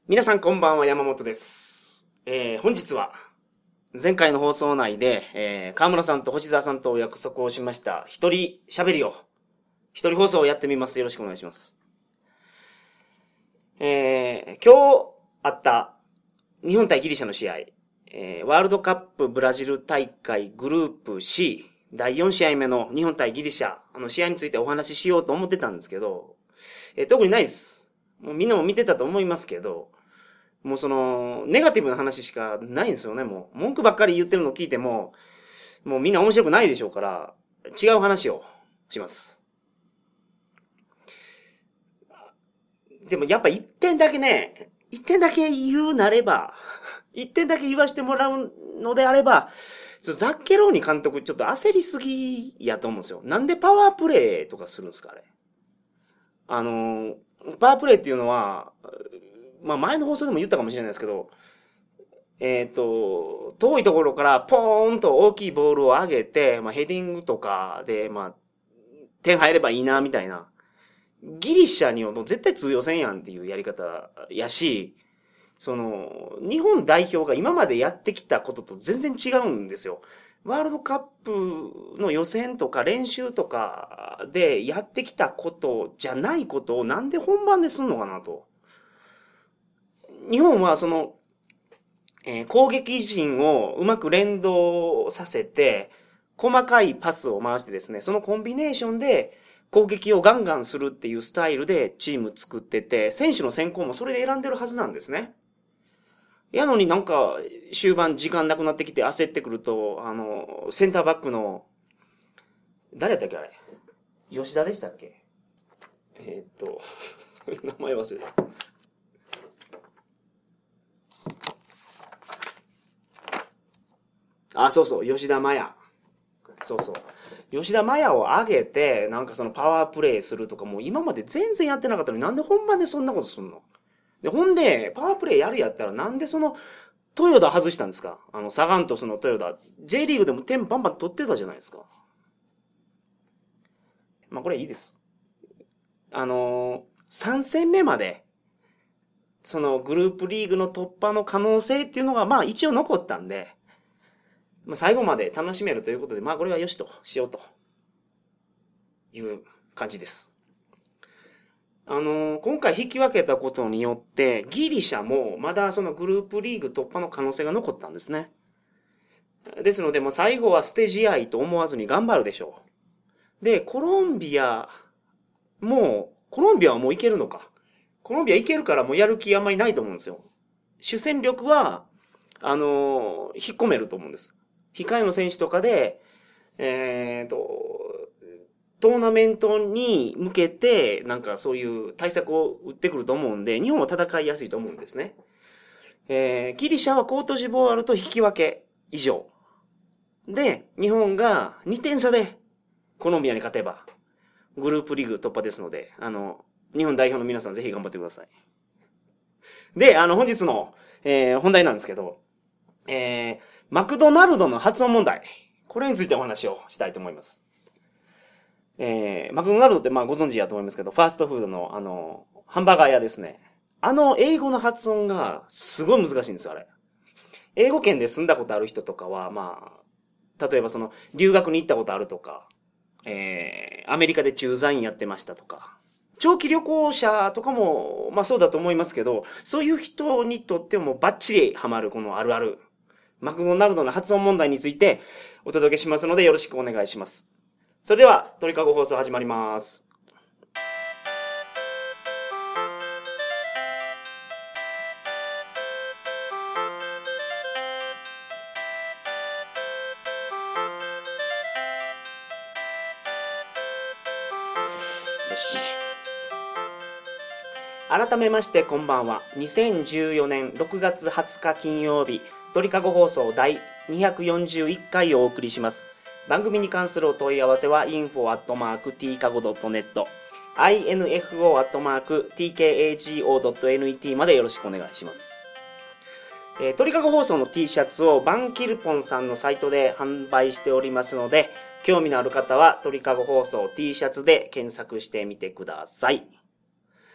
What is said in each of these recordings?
皆さんこんばんは、山本です。本日は前回の放送内で、河村さんと星沢さんとお約束をしました一人喋りを、一人放送をやってみます。よろしくお願いします。今日あった日本対ギリシャの試合、ワールドカップブラジル大会グループ C 第4試合目の日本対ギリシャ試合についてお話ししようと思ってたんですけど、特にないです。もうみんなも見てたと思いますけど、もうネガティブな話しかないんですよね。もう、文句ばっかり言ってるのを聞いても、もうみんな面白くないでしょうから、違う話をします。でもやっぱ一点だけ言うなれば、一点だけ言わしてもらうのであれば、ザッケローニ監督ちょっと焦りすぎやと思うんですよ。なんでパワープレイとかするんですか、あれ。パワープレイっていうのは、前の放送でも言ったかもしれないですけど、遠いところからポーンと大きいボールを上げて、ヘディングとかで、点入ればいいな、みたいな。ギリシャにはもう絶対通用せんやんっていうやり方やし、日本代表が今までやってきたことと全然違うんですよ。ワールドカップの予選とか練習とかでやってきたことじゃないことをなんで本番ですんのかなと。日本は攻撃陣をうまく連動させて、細かいパスを回してですね、そのコンビネーションで攻撃をガンガンするっていうスタイルでチーム作ってて、選手の選考もそれで選んでるはずなんですね。やのになんか終盤時間なくなってきて焦ってくると、センターバックの、誰やったっけあれ吉田でしたっけ名前忘れた。そうそう、吉田麻也。そうそう。吉田麻也を上げて、なんかパワープレイするとかもう今まで全然やってなかったのになんで本番でそんなことすんの？で、ほんで、パワープレイやるやったらなんで豊田外したんですか？サガン鳥栖の豊田。J リーグでも点バンバン取ってたじゃないですか。これいいです。3戦目まで、グループリーグの突破の可能性っていうのが、一応残ったんで、最後まで楽しめるということで、これはよしとしようという感じです。今回引き分けたことによって、ギリシャもまだグループリーグ突破の可能性が残ったんですね。ですので、最後は捨て試合と思わずに頑張るでしょう。で、コロンビアはもういけるのか。コロンビアいけるからもうやる気あんまりないと思うんですよ。主戦力は、引っ込めると思うんです。控えの選手とかで、トーナメントに向けて、なんかそういう対策を打ってくると思うんで、日本は戦いやすいと思うんですね。ギリシャはコートジボワールと引き分け以上。で、日本が2点差でコロンビアに勝てば、グループリーグ突破ですので、日本代表の皆さんぜひ頑張ってください。で、本日の、本題なんですけど、マクドナルドの発音問題。これについてお話をしたいと思います。マクドナルドってご存知やと思いますけど、ファーストフードのハンバーガー屋ですね。英語の発音がすごい難しいんですよ、あれ。英語圏で住んだことある人とかは、例えば留学に行ったことあるとか、アメリカで駐在員やってましたとか、長期旅行者とかも、そうだと思いますけど、そういう人にとってもバッチリハマるこのあるある。マクドナルドの発音問題についてお届けしますのでよろしくお願いします。それでは、鳥かご放送始まります。よし。改めましてこんばんは。2014年6月20日金曜日、鳥かご放送第241回をお送りします。番組に関するお問い合わせは info@tkago.net info@tkago.net までよろしくお願いします。鳥かご放送の T シャツをバンキルポンさんのサイトで販売しておりますので、興味のある方は鳥かご放送 T シャツで検索してみてください。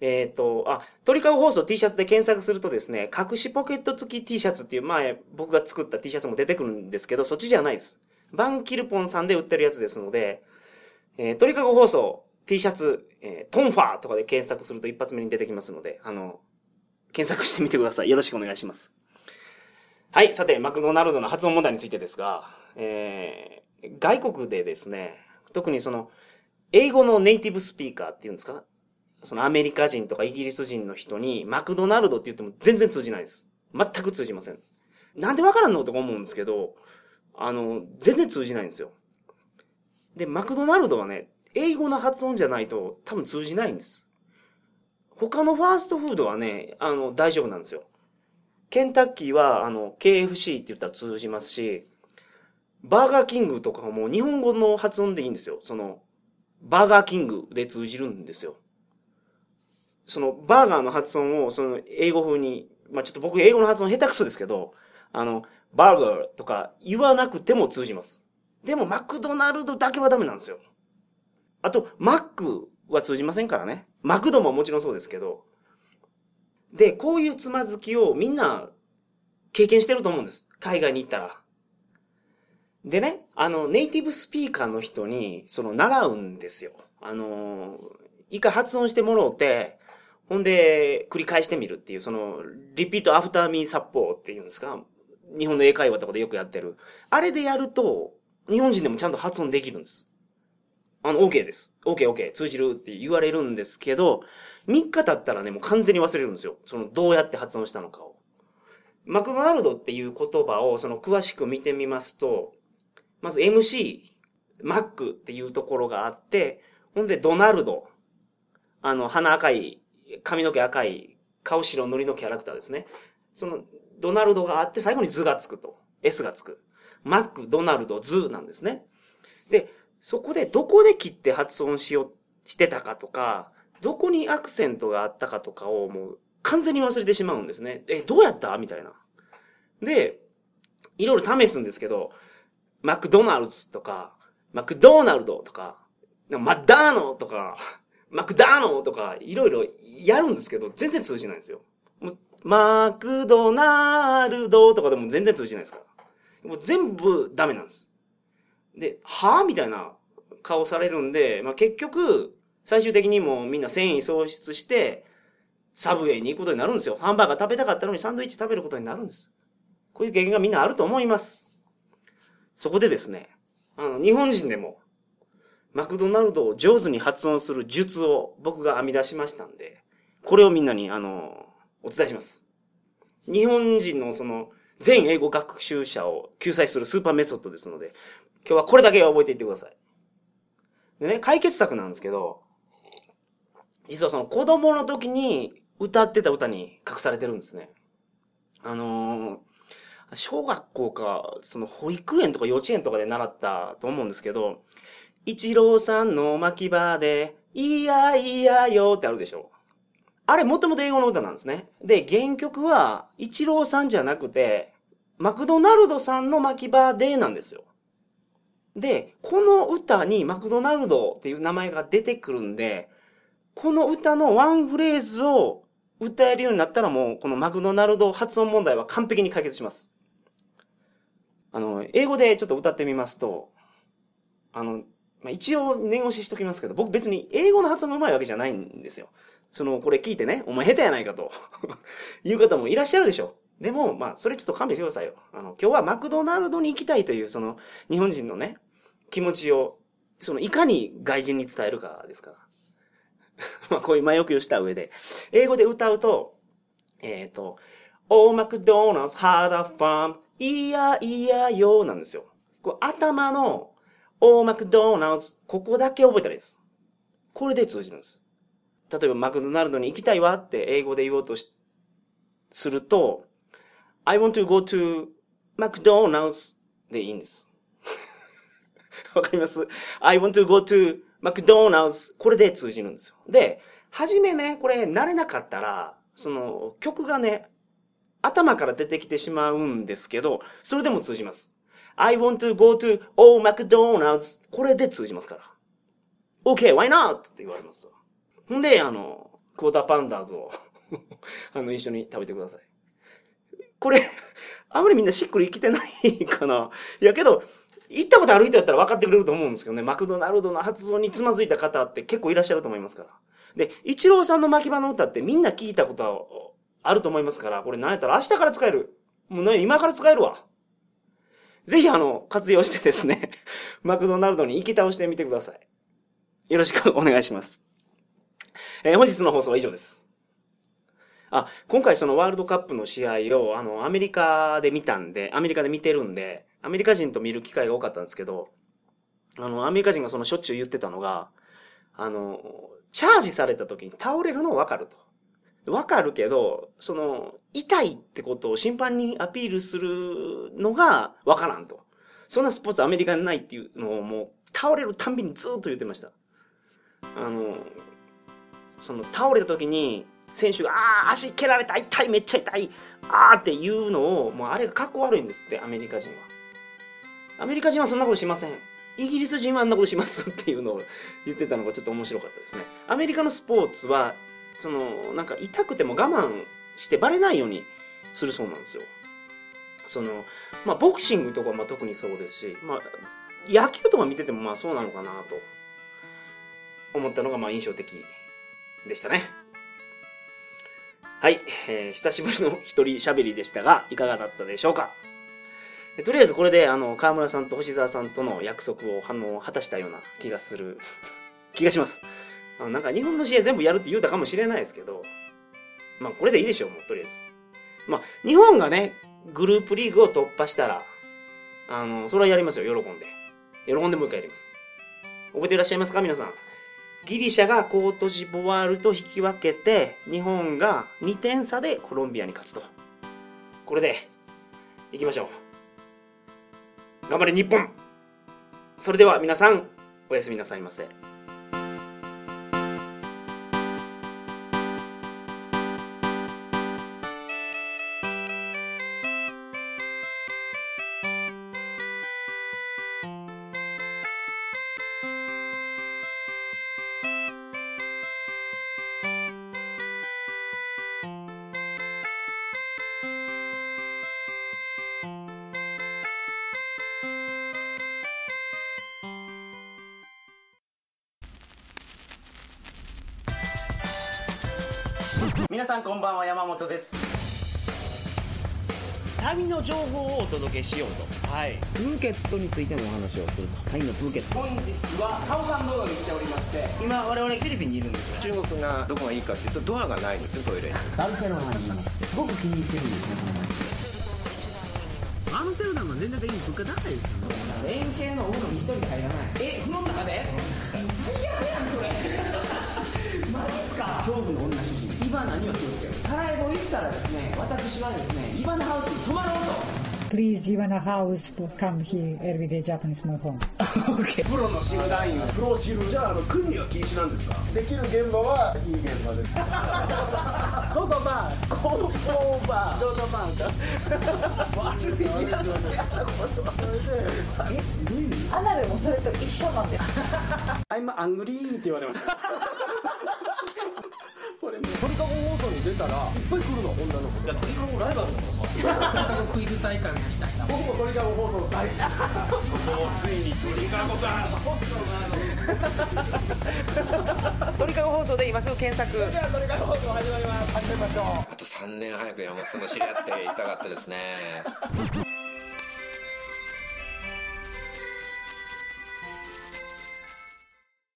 鳥かご放送 T シャツで検索するとですね、隠しポケット付き T シャツっていう前僕が作った T シャツも出てくるんですけど、そっちじゃないです。バンキルポンさんで売ってるやつですので、鳥かご放送 T シャツ、トンファーとかで検索すると一発目に出てきますので、検索してみてください。よろしくお願いします。はい、さて、マクドナルドの発音問題についてですが、外国でですね、特に英語のネイティブスピーカーっていうんですか、アメリカ人とかイギリス人の人にマクドナルドって言っても全然通じないです。全く通じません。なんでわからんのとか思うんですけど、全然通じないんですよ。で、マクドナルドはね、英語の発音じゃないと多分通じないんです。他のファーストフードはね、大丈夫なんですよ。ケンタッキーは、KFC って言ったら通じますし、バーガーキングとかも日本語の発音でいいんですよ。バーガーキングで通じるんですよ。バーガーの発音を、英語風に、ちょっと僕英語の発音下手くそですけど、バーガーとか言わなくても通じます。でも、マクドナルドだけはダメなんですよ。あと、マックは通じませんからね。マクドももちろんそうですけど。で、こういうつまずきをみんな経験してると思うんです。海外に行ったら。でね、ネイティブスピーカーの人に、習うんですよ。一回発音してもろうて、ほんで、繰り返してみるっていう、リピートアフターミーサッポーっていうんですか。日本の英会話とかでよくやってる。あれでやると、日本人でもちゃんと発音できるんです。OK です。OK、通じるって言われるんですけど、3日経ったらね、もう完全に忘れるんですよ。どうやって発音したのかを。マクドナルドっていう言葉を、詳しく見てみますと、まず MC、マックっていうところがあって、ほんでドナルド。鼻赤い、髪の毛赤い、顔白塗りのキャラクターですね。ドナルドがあって最後にズがつくと。S がつく。マック、ドナルド、ズなんですね。で、そこでどこで切って発音してたかとか、どこにアクセントがあったかとかをもう完全に忘れてしまうんですね。どうやったみたいな。で、いろいろ試すんですけど、マクドナルズとか、マクドナルドとか、マッダーノとか、マクダーノとか、いろいろやるんですけど、全然通じないんですよ。マクドナルドとかでも全然通じないですから。もう全部ダメなんです。で、はぁみたいな顔されるんで、結局、最終的にもうみんな繊維喪失して、サブウェイに行くことになるんですよ。ハンバーガー食べたかったのにサンドイッチ食べることになるんです。こういう経験がみんなあると思います。そこでですね、日本人でも、マクドナルドを上手に発音する術を僕が編み出しましたんで、これをみんなに、お伝えします。日本人の全英語学習者を救済するスーパーメソッドですので、今日はこれだけは覚えていってください。でね、解決策なんですけど、実は子供の時に歌ってた歌に隠されてるんですね。小学校か、保育園とか幼稚園とかで習ったと思うんですけど、一郎さんの巻き場で、いやいやよってあるでしょ。あれもともと英語の歌なんですね。で、原曲は、一郎さんじゃなくて、マクドナルドさんの巻き場でなんですよ。で、この歌にマクドナルドっていう名前が出てくるんで、この歌のワンフレーズを歌えるようになったらもう、このマクドナルド発音問題は完璧に解決します。英語でちょっと歌ってみますと、一応念押ししときますけど、僕別に英語の発音が上手いわけじゃないんですよ。これ聞いてね、お前下手やないかという方もいらっしゃるでしょう。でも、それちょっと勘弁してくださいよ。今日はマクドナルドに行きたいという、日本人のね、気持ちを、いかに外人に伝えるかですから。こういう前置きをした上で、英語で歌うと、Oh, McDonald's had a farm, いやいやよなんですよ。頭の、Oh, McDonald's、ここだけ覚えたらいいです。これで通じるんです。例えば、マクドナルドに行きたいわって英語で言おうとすると、I want to go to McDonald's でいいんです。わかります？ I want to go to McDonald's これで通じるんですよ。で、はじめね、これ慣れなかったら、曲がね、頭から出てきてしまうんですけど、それでも通じます。I want to go to Oh McDonald's これで通じますから。OK, why not? って言われます。ほんで、 クォーターパウンダーズを一緒に食べてください。これ、あまりみんなしっくりきてないかな。いやけど、行ったことある人やったら分かってくれると思うんですけどね、マクドナルドの発音につまずいた方って結構いらっしゃると思いますから。で、イチローさんの巻き場の歌ってみんな聞いたことあると思いますから、これ何やったら明日から使える。もうね、今から使えるわ。ぜひ活用してですね、マクドナルドに行き倒してみてください。よろしくお願いします。本日の放送は以上です。今回そのワールドカップの試合をアメリカで見たんで、アメリカで見てるんで、アメリカ人と見る機会が多かったんですけど、アメリカ人がしょっちゅう言ってたのが、チャージされた時に倒れるのは分かると。分かるけど、痛いってことを審判にアピールするのが分からんと。そんなスポーツアメリカにないっていうのをもう倒れるたんびにずーっと言ってました。倒れた時に選手が足蹴られた、痛い、めっちゃ痛い、っていうのを、もうあれがかっこ悪いんですって、アメリカ人は。アメリカ人はそんなことしません。イギリス人はあんなことしますっていうのを言ってたのがちょっと面白かったですね。アメリカのスポーツは、なんか痛くても我慢してバレないようにするそうなんですよ。ボクシングとかは特にそうですし、野球とか見ててもそうなのかなと思ったのが印象的でしたね。はい、久しぶりの一人喋りでしたが、いかがだったでしょうか。とりあえずこれで川村さんと星沢さんとの約束を果たしたような気がします。なんか日本の試合全部やるって言うたかもしれないですけど、これでいいでしょう、もうとりあえず。日本がね、グループリーグを突破したら、それはやりますよ、喜んで。喜んでもう一回やります。覚えていらっしゃいますか、皆さん。ギリシャがコートジボワールと引き分けて、日本が2点差でコロンビアに勝つと。これで、行きましょう。頑張れ日本。それでは皆さん、おやすみなさいませ。皆さんこんばんは、山本です。旅の情報をお届けしようと、プーケットについてのお話をすると。タイのプーケット、本日はカオサン道路に来ておりまして、今我々フィリピンにいるんですよ。中国がどこがいいかっていうと、ドアがないんですよ、トイレに。バルセロナにいます。すごく気に入ってるんですね、この街。バルセロナも全然的に物価高いですよね。円形のお風呂に一人で入らない。風呂の中で最悪やんそれ。マジっすか。恐怖の女主人、イバナには気をつける。サラエボ行ったらですね、私はですね、イバナハウスに泊まろうと。Please, Ivana House, come here every day, Japanese my home. Okay. プロの知るラインはプロ知る。じゃあ国には禁止なんですか。できる現場はいい現場です。ココバー、ココバー、どうぞバー。悪いやつやことは。アナルもそれと一緒なんです。I'm angry って言われました。これ鳥かご放送に出たらいっぱい来るの、女の子。いや、鳥かごライバルだからさ。鳥かごクイズ大会をしたいな。僕も鳥かご放送大好き。もうついに鳥かごが。鳥かご放送で今すぐ検索。じゃあ鳥かご放送始まります。始めましょう。あと3年早く山本さんと知り合っていたかったですね。